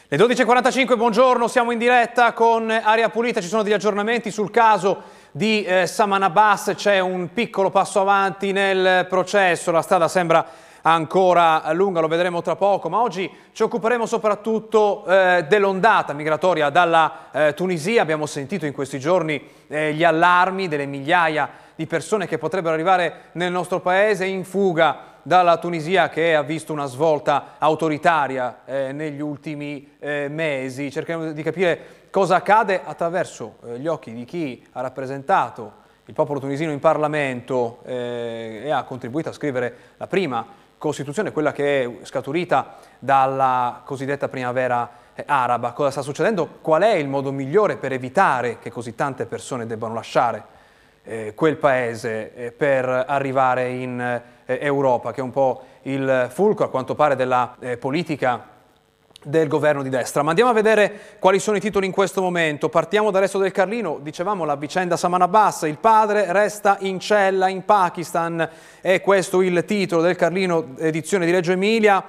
Le 12.45, buongiorno, siamo in diretta con Aria Pulita, ci sono degli aggiornamenti sul caso di Saman Abbas, c'è un piccolo passo avanti nel processo, la strada sembra ancora lunga, lo vedremo tra poco, ma oggi ci occuperemo soprattutto dell'ondata migratoria dalla Tunisia. Abbiamo sentito in questi giorni gli allarmi delle migliaia di persone che potrebbero arrivare nel nostro paese in fuga dalla Tunisia, che ha visto una svolta autoritaria negli ultimi mesi. Cercheremo di capire cosa accade attraverso gli occhi di chi ha rappresentato il popolo tunisino in Parlamento e ha contribuito a scrivere la prima Costituzione, quella che è scaturita dalla cosiddetta primavera araba. Cosa sta succedendo? Qual è il modo migliore per evitare che così tante persone debbano lasciare quel paese per arrivare in Europa, che è un po' il fulcro a quanto pare della politica del governo di destra. Ma andiamo a vedere quali sono i titoli in questo momento. Partiamo dal Resto del Carlino, dicevamo la vicenda Saman Abbas, il padre resta in cella in Pakistan, è questo il titolo del Carlino, edizione di Reggio Emilia.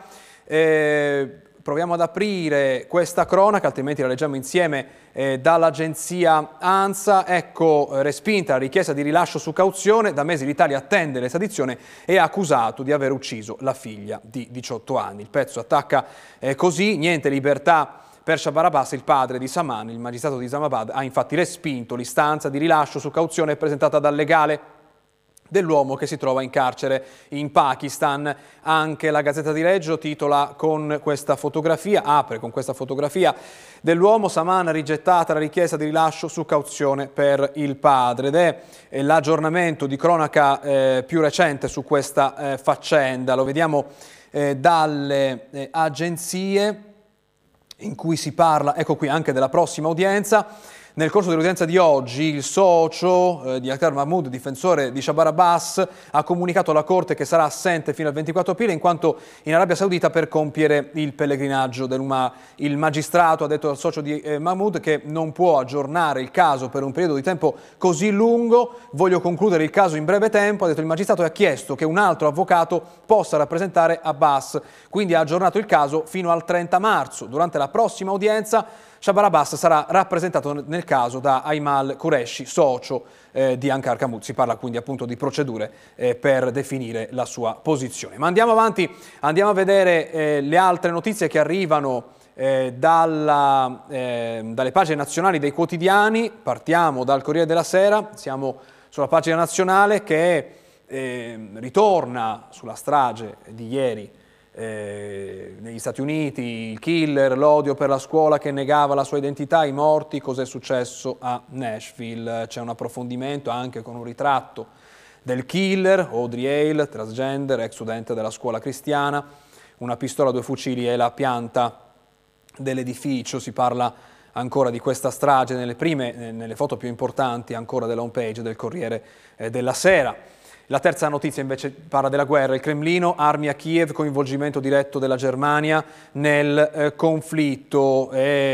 Proviamo ad aprire questa cronaca, altrimenti la leggiamo insieme dall'agenzia ANSA. Ecco, respinta la richiesta di rilascio su cauzione, da mesi l'Italia attende l'estradizione e ha accusato di aver ucciso la figlia di 18 anni. Il pezzo attacca così: niente libertà per Saman Abbas, il padre di Saman. Il magistrato di Islamabad ha infatti respinto l'istanza di rilascio su cauzione presentata dal legale dell'uomo che si trova in carcere in Pakistan. Anche la Gazzetta di Reggio titola con questa fotografia, apre con questa fotografia dell'uomo: Saman rigettata la richiesta di rilascio su cauzione per il padre. Ed è l'aggiornamento di cronaca più recente su questa faccenda. Lo vediamo dalle agenzie, in cui si parla, ecco qui, anche della prossima udienza. Nel corso dell'udienza di oggi il socio di Akhtar Mahmoud, difensore di Saman Abbas, ha comunicato alla Corte che sarà assente fino al 24 aprile in quanto in Arabia Saudita per compiere il pellegrinaggio dell'Umma. Il magistrato ha detto al socio di Mahmoud che non può aggiornare il caso per un periodo di tempo così lungo. Voglio concludere il caso in breve tempo, ha detto il magistrato, e ha chiesto che un altro avvocato possa rappresentare Abbas. Quindi ha aggiornato il caso fino al 30 marzo. Durante la prossima udienza Saman Abbas sarà rappresentato nel caso da Aymal Qureshi, socio di Ankar Mahmoud. Si parla quindi appunto di procedure per definire la sua posizione. Ma andiamo avanti, andiamo a vedere le altre notizie che arrivano dalle pagine nazionali dei quotidiani. Partiamo dal Corriere della Sera, siamo sulla pagina nazionale che ritorna sulla strage di ieri negli Stati Uniti, il killer, l'odio per la scuola che negava la sua identità, i morti, cos'è successo a Nashville. C'è un approfondimento anche con un ritratto del killer, Audrey Hale, transgender, ex studente della scuola cristiana, una pistola, 2 fucili e la pianta dell'edificio. Si parla ancora di questa strage nelle foto più importanti ancora della home page del Corriere della Sera. La terza notizia invece parla della guerra. Il Cremlino, armi a Kiev, coinvolgimento diretto della Germania nel conflitto.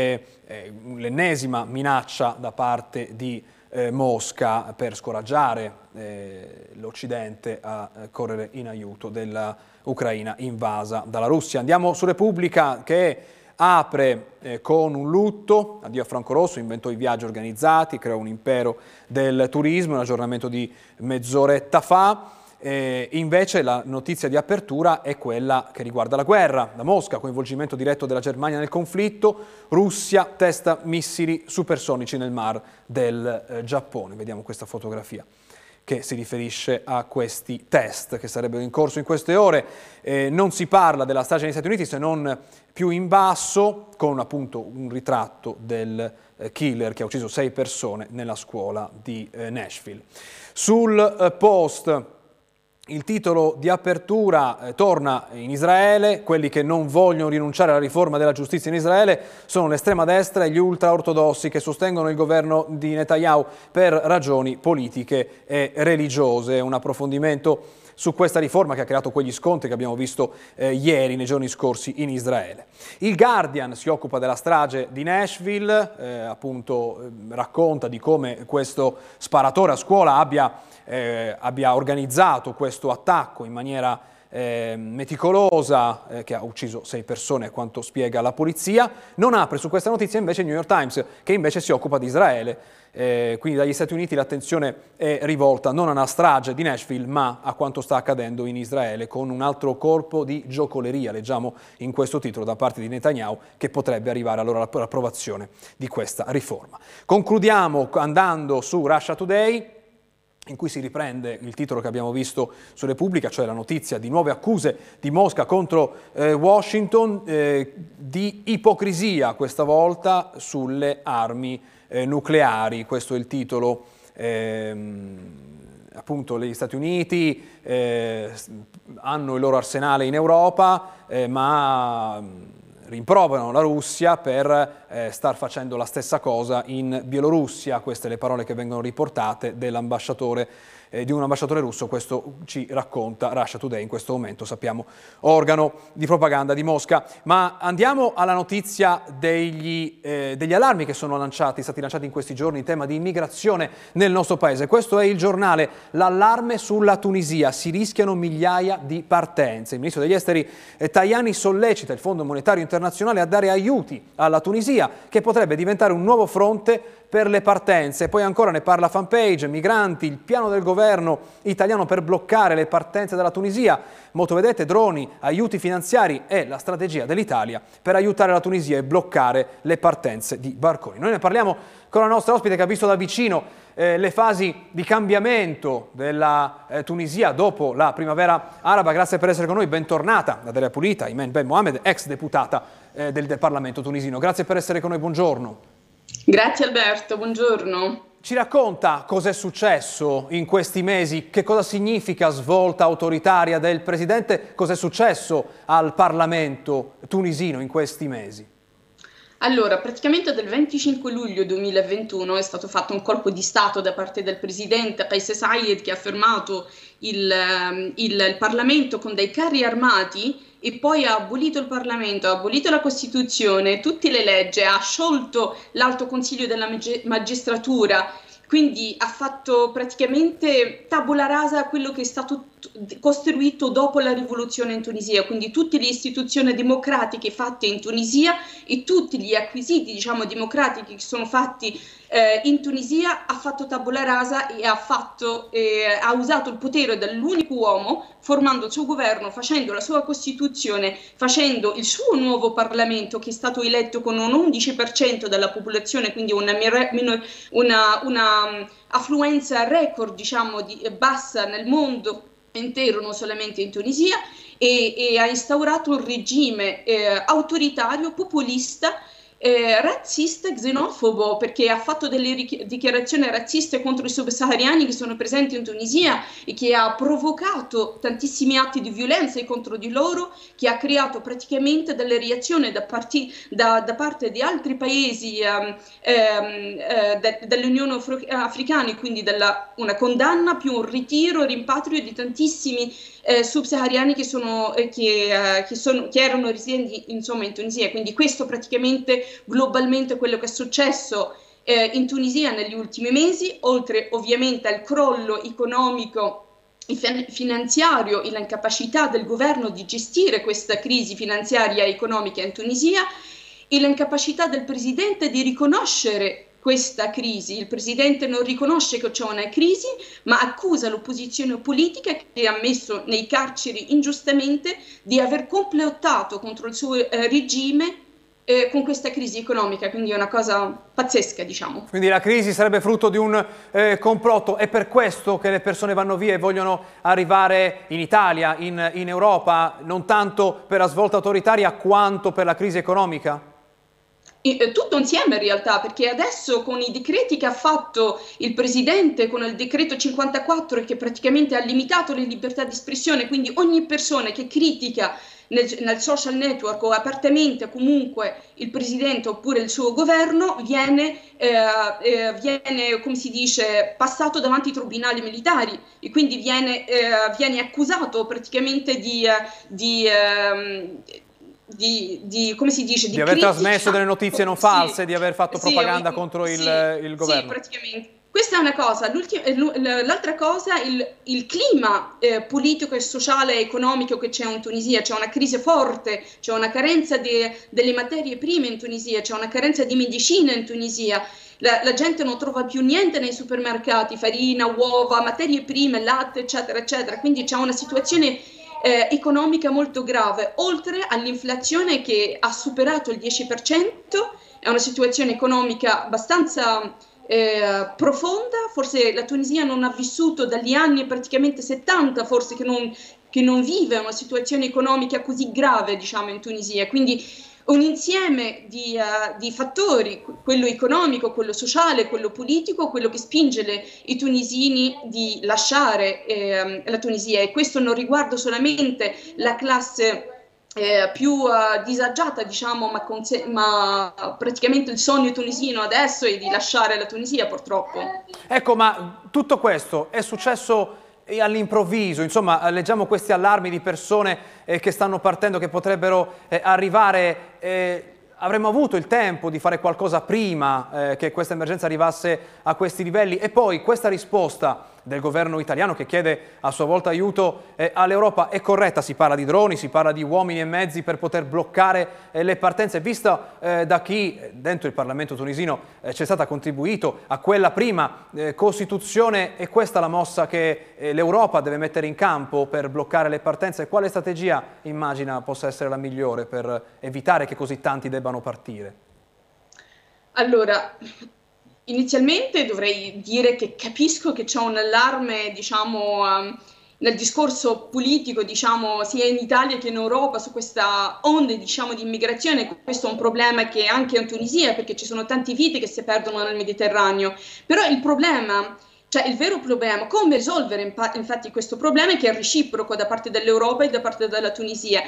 L'ennesima minaccia da parte di Mosca per scoraggiare l'Occidente a correre in aiuto dell'Ucraina invasa dalla Russia. Andiamo su Repubblica, che apre con un lutto: addio a Franco Rosso, inventò i viaggi organizzati, creò un impero del turismo, un aggiornamento di mezz'oretta fa. Invece la notizia di apertura è quella che riguarda la guerra. Da Mosca, coinvolgimento diretto della Germania nel conflitto, Russia testa missili supersonici nel mar del Giappone. Vediamo questa fotografia che si riferisce a questi test che sarebbero in corso in queste ore. Non si parla della strage negli Stati Uniti se non più in basso, con appunto un ritratto del killer che ha ucciso 6 persone nella scuola di Nashville. Sul Post il titolo di apertura torna in Israele. Quelli che non vogliono rinunciare alla riforma della giustizia in Israele sono l'estrema destra e gli ultraortodossi che sostengono il governo di Netanyahu per ragioni politiche e religiose. Un approfondimento su questa riforma che ha creato quegli scontri che abbiamo visto ieri, nei giorni scorsi in Israele. Il Guardian si occupa della strage di Nashville, appunto racconta di come questo sparatore a scuola abbia organizzato questo attacco in maniera meticolosa che ha ucciso 6 persone, a quanto spiega la polizia. Non apre su questa notizia invece il New York Times, che invece si occupa di Israele. Quindi dagli Stati Uniti l'attenzione è rivolta non a una strage di Nashville, ma a quanto sta accadendo in Israele, con un altro colpo di giocoleria, leggiamo in questo titolo, da parte di Netanyahu, che potrebbe arrivare allora all'approvazione di questa riforma. Concludiamo andando su Russia Today, in cui si riprende il titolo che abbiamo visto su Repubblica, cioè la notizia di nuove accuse di Mosca contro Washington, di ipocrisia questa volta sulle armi nucleari. Questo è il titolo. Appunto gli Stati Uniti hanno il loro arsenale in Europa, ma rimproverano la Russia per star facendo la stessa cosa in Bielorussia. Queste le parole che vengono riportate dell'ambasciatore di un ambasciatore russo. Questo ci racconta Russia Today, in questo momento sappiamo organo di propaganda di Mosca. Ma andiamo alla notizia degli allarmi che sono stati lanciati in questi giorni in tema di immigrazione nel nostro paese. Questo è il giornale, l'allarme sulla Tunisia, si rischiano migliaia di partenze. Il ministro degli esteri Tajani sollecita il Fondo Monetario Internazionale a dare aiuti alla Tunisia, che potrebbe diventare un nuovo fronte per le partenze. Poi ancora ne parla Fanpage, migranti, il piano del governo italiano per bloccare le partenze dalla Tunisia, motovedette, droni, aiuti finanziari e la strategia dell'Italia per aiutare la Tunisia e bloccare le partenze di barconi. Noi ne parliamo con la nostra ospite che ha visto da vicino le fasi di cambiamento della Tunisia dopo la primavera araba. Grazie per essere con noi, bentornata Aria Pulita, Imen Ben Mohamed, ex deputata del Parlamento tunisino. Grazie per essere con noi, buongiorno. Grazie Alberto, buongiorno. Ci racconta cosa è successo in questi mesi, che cosa significa svolta autoritaria del Presidente, cosa è successo al Parlamento tunisino in questi mesi? Allora, praticamente dal 25 luglio 2021 è stato fatto un colpo di Stato da parte del Presidente Kais Saied, che ha fermato il Parlamento con dei carri armati e poi ha abolito il Parlamento, ha abolito la Costituzione, tutte le leggi, ha sciolto l'Alto Consiglio della Magistratura. Quindi ha fatto praticamente tabula rasa a quello che è stato costruito dopo la rivoluzione in Tunisia, quindi tutte le istituzioni democratiche fatte in Tunisia e tutti gli acquisiti, diciamo, democratici che sono fatti in Tunisia, ha fatto tabula rasa e ha usato il potere dell'unico uomo, formando il suo governo, facendo la sua Costituzione, facendo il suo nuovo Parlamento, che è stato eletto con un 11% della popolazione, quindi una affluenza record, diciamo, bassa nel mondo intero, non solamente in Tunisia, e ha instaurato un regime autoritario, populista, razzista e xenofobo, perché ha fatto delle dichiarazioni razziste contro i subsahariani che sono presenti in Tunisia e che ha provocato tantissimi atti di violenza contro di loro, che ha creato praticamente delle reazioni da parte di altri paesi dell'Unione Africana, quindi una condanna più un ritiro e rimpatrio di tantissimi subsahariani che erano residenti, insomma, in Tunisia. Quindi questo praticamente globalmente è quello che è successo in Tunisia negli ultimi mesi, oltre ovviamente al crollo economico e finanziario e l'incapacità del governo di gestire questa crisi finanziaria e economica in Tunisia, e l'incapacità del presidente di riconoscere questa crisi. Il presidente non riconosce che c'è una crisi, ma accusa l'opposizione politica, che ha messo nei carceri ingiustamente, di aver complottato contro il suo regime con questa crisi economica. Quindi è una cosa pazzesca, diciamo. Quindi la crisi sarebbe frutto di un complotto. È per questo che le persone vanno via e vogliono arrivare in Italia, in Europa, non tanto per la svolta autoritaria quanto per la crisi economica? Tutto insieme in realtà, perché adesso con i decreti che ha fatto il Presidente, con il decreto 54, che praticamente ha limitato le libertà di espressione, quindi ogni persona che critica nel social network o apertamente comunque il Presidente oppure il suo governo viene come si dice, passato davanti ai tribunali militari, e quindi viene accusato praticamente come si dice, di aver trasmesso delle notizie non false, di aver fatto propaganda contro il governo. Sì, praticamente. Questa è una cosa. L'altra cosa, il clima politico e sociale e economico che c'è in Tunisia. C'è una crisi forte, c'è una carenza delle materie prime in Tunisia, c'è una carenza di medicina in Tunisia. La gente non trova più niente nei supermercati, farina, uova, materie prime, latte, eccetera, eccetera. Quindi c'è una situazione economica molto grave, oltre all'inflazione che ha superato il 10%. È una situazione economica abbastanza profonda. Forse la Tunisia non ha vissuto dagli anni praticamente 70, forse che non vive una situazione economica così grave, diciamo, in Tunisia. Quindi un insieme di fattori, quello economico, quello sociale, quello politico, quello che spinge i tunisini di lasciare la Tunisia. E questo non riguarda solamente la classe più disagiata, diciamo, ma praticamente il sogno tunisino adesso è di lasciare la Tunisia, purtroppo. Ecco, ma tutto questo è successo all'improvviso, insomma, leggiamo questi allarmi di persone che stanno partendo, che potrebbero arrivare. Avremmo avuto il tempo di fare qualcosa prima che questa emergenza arrivasse a questi livelli, e poi questa risposta del governo italiano che chiede a sua volta aiuto all'Europa è corretta. Si parla di droni, si parla di uomini e mezzi per poter bloccare le partenze. Vista da chi dentro il Parlamento tunisino c'è stata contribuito a quella prima Costituzione, è questa la mossa che l'Europa deve mettere in campo per bloccare le partenze? Quale strategia immagina possa essere la migliore per evitare che così tanti debbano partire? Allora, inizialmente dovrei dire che capisco che c'è un allarme, diciamo, nel discorso politico, diciamo, sia in Italia che in Europa su questa onda, diciamo, di immigrazione. Questo è un problema che anche in Tunisia, perché ci sono tante vite che si perdono nel Mediterraneo. Però il problema, cioè il vero problema, come risolvere infatti questo problema, è che è reciproco da parte dell'Europa e da parte della Tunisia.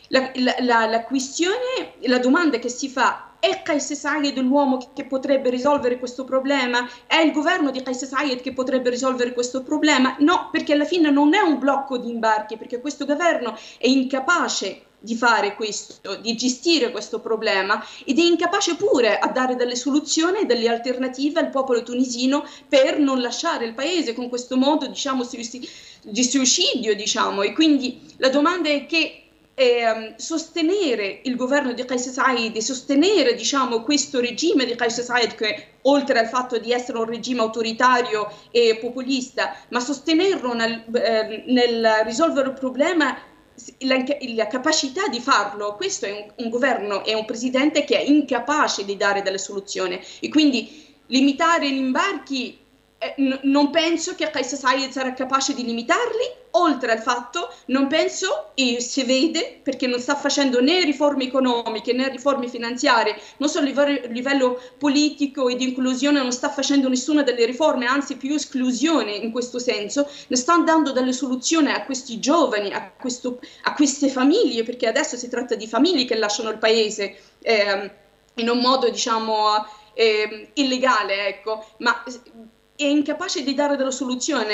La questione, la domanda che si fa: è Kais Saied l'uomo che potrebbe risolvere questo problema? È il governo di Kais Saied che potrebbe risolvere questo problema? No, perché alla fine non è un blocco di imbarchi, perché questo governo è incapace di fare questo, di gestire questo problema, ed è incapace pure a dare delle soluzioni e delle alternative al popolo tunisino per non lasciare il paese con questo modo, diciamo, di suicidio, diciamo. E quindi la domanda è che sostenere il governo di Kais Saied e sostenere, diciamo, questo regime di Kais Saied, che oltre al fatto di essere un regime autoritario e populista, ma sostenerlo nel risolvere il problema, la capacità di farlo. Questo è un governo e un presidente che è incapace di dare delle soluzioni, e quindi limitare gli imbarchi, non penso che Kais Saied sarà capace di limitarli. Oltre al fatto, non penso, e si vede, perché non sta facendo né riforme economiche né riforme finanziarie, non solo a livello politico e di inclusione, non sta facendo nessuna delle riforme, anzi più esclusione in questo senso. Ne sta dando delle soluzioni a questi giovani, a queste famiglie, perché adesso si tratta di famiglie che lasciano il paese in un modo, diciamo, illegale, ecco, ma è incapace di dare delle soluzioni.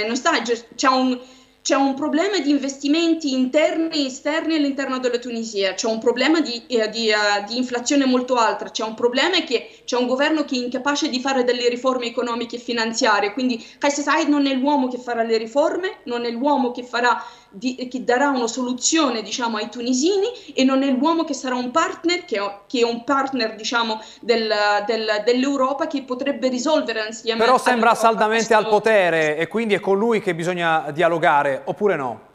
C'è un problema di investimenti interni e esterni all'interno della Tunisia, c'è un problema di inflazione molto alta, c'è un problema che c'è un governo che è incapace di fare delle riforme economiche e finanziarie. Quindi Kais Saied non è l'uomo che farà le riforme, non è l'uomo che darà una soluzione, diciamo, ai tunisini, e non è l'uomo che sarà un partner, che è un partner, diciamo, dell'Europa, che potrebbe risolvere insieme. Però sembra saldamente al potere, e quindi è con lui che bisogna dialogare, oppure no?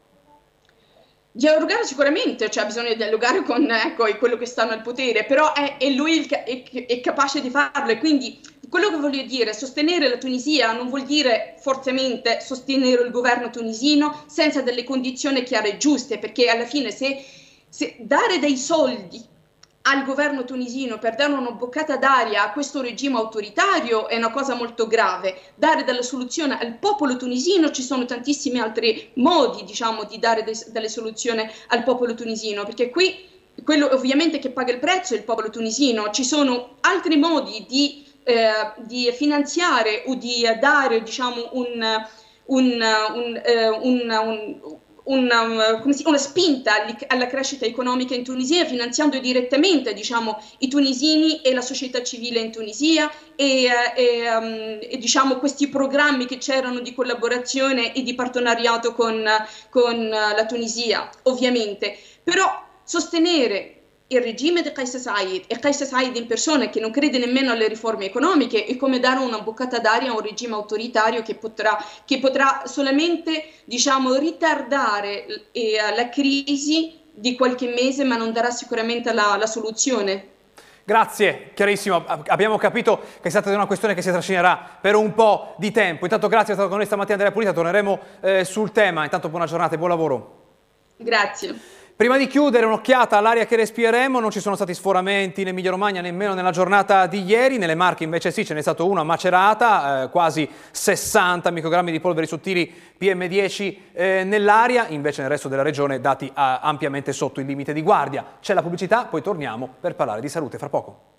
Dialogare sicuramente, cioè bisogna dialogare con, ecco, quello che sta al potere, però è lui è capace di farlo. E quindi quello che voglio dire, sostenere la Tunisia non vuol dire fortemente sostenere il governo tunisino senza delle condizioni chiare e giuste, perché alla fine se dare dei soldi al governo tunisino per dare una boccata d'aria a questo regime autoritario è una cosa molto grave. Dare delle soluzioni al popolo tunisino, ci sono tantissimi altri modi, diciamo, di dare delle soluzioni al popolo tunisino, perché qui quello ovviamente che paga il prezzo è il popolo tunisino. Ci sono altri modi di finanziare o di dare, diciamo, una spinta alla crescita economica in Tunisia, finanziando direttamente, diciamo, i tunisini e la società civile in Tunisia e diciamo, questi programmi che c'erano di collaborazione e di partenariato con la Tunisia, ovviamente. Però sostenere il regime di Kais Saied e Kais Saied in persona, che non crede nemmeno alle riforme economiche, è come dare una boccata d'aria a un regime autoritario che potrà solamente, diciamo, ritardare la crisi di qualche mese, ma non darà sicuramente la soluzione. Grazie, chiarissimo. Abbiamo capito che è stata una questione che si trascinerà per un po' di tempo. Intanto grazie, è stato con noi stamattina della Pulita, torneremo sul tema. Intanto buona giornata e buon lavoro. Grazie. Prima di chiudere, un'occhiata all'aria che respireremo. Non ci sono stati sforamenti in Emilia-Romagna nemmeno nella giornata di ieri. Nelle Marche invece sì, ce n'è stata una a Macerata, quasi 60 microgrammi di polveri sottili PM10 nell'aria. Invece nel resto della regione dati ampiamente sotto il limite di guardia. C'è la pubblicità, poi torniamo per parlare di salute fra poco.